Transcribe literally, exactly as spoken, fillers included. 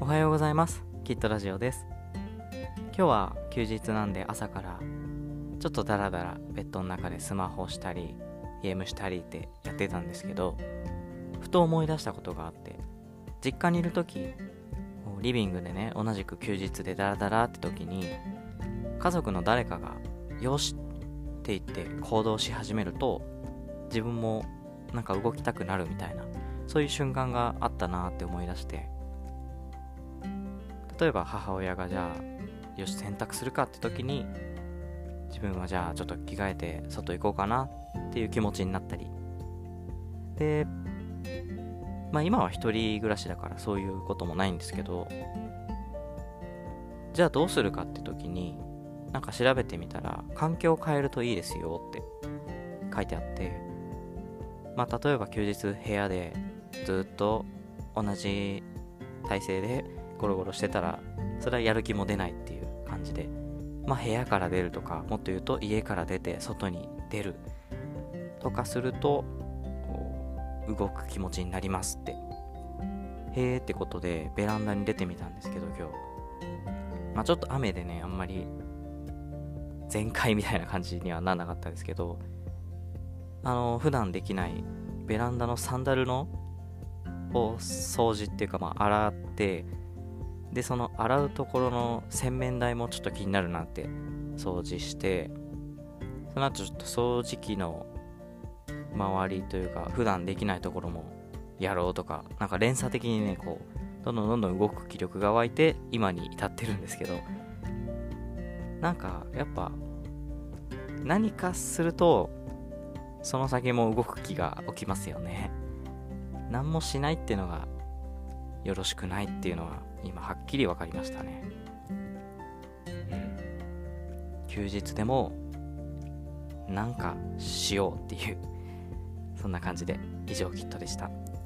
おはようございます。キットラジオです。今日は休日なんで朝からちょっとダラダラベッドの中でスマホをしたりゲームしたりってやってたんですけど、ふと思い出したことがあって、実家にいる時リビングでね、同じく休日でダラダラって時に家族の誰かがよしって言って行動し始めると、自分もなんか動きたくなるみたいな、そういう瞬間があったなって思い出して、例えば母親がじゃあよし洗濯するかって時に、自分はじゃあちょっと着替えて外行こうかなっていう気持ちになったりで、まあ今は一人暮らしだからそういうこともないんですけど、じゃあどうするかって時になんか調べてみたら、環境を変えるといいですよって書いてあって、まあ例えば休日部屋でずっと同じ体勢でゴロゴロしてたら、それはやる気も出ないっていう感じで、まあ部屋から出るとか、もっと言うと家から出て外に出るとかすると動く気持ちになりますって。へーってことでベランダに出てみたんですけど、今日まあちょっと雨でね、あんまり全開みたいな感じにはならなかったですけど、あの普段できないベランダのサンダルのを掃除っていうか、まあ洗って、でその洗うところの洗面台もちょっと気になるなって掃除して、その後ちょっと掃除機の周りというか普段できないところもやろうとか、なんか連鎖的にね、こうどんどんどんどん動く気力が湧いて今に至ってるんですけど、なんかやっぱ何かするとその先も動く気が起きますよね。何もしないっていうのがよろしくないっていうのは今はっきり分かりましたね。うん、休日でもなんかしようっていう、そんな感じで。以上キットでした。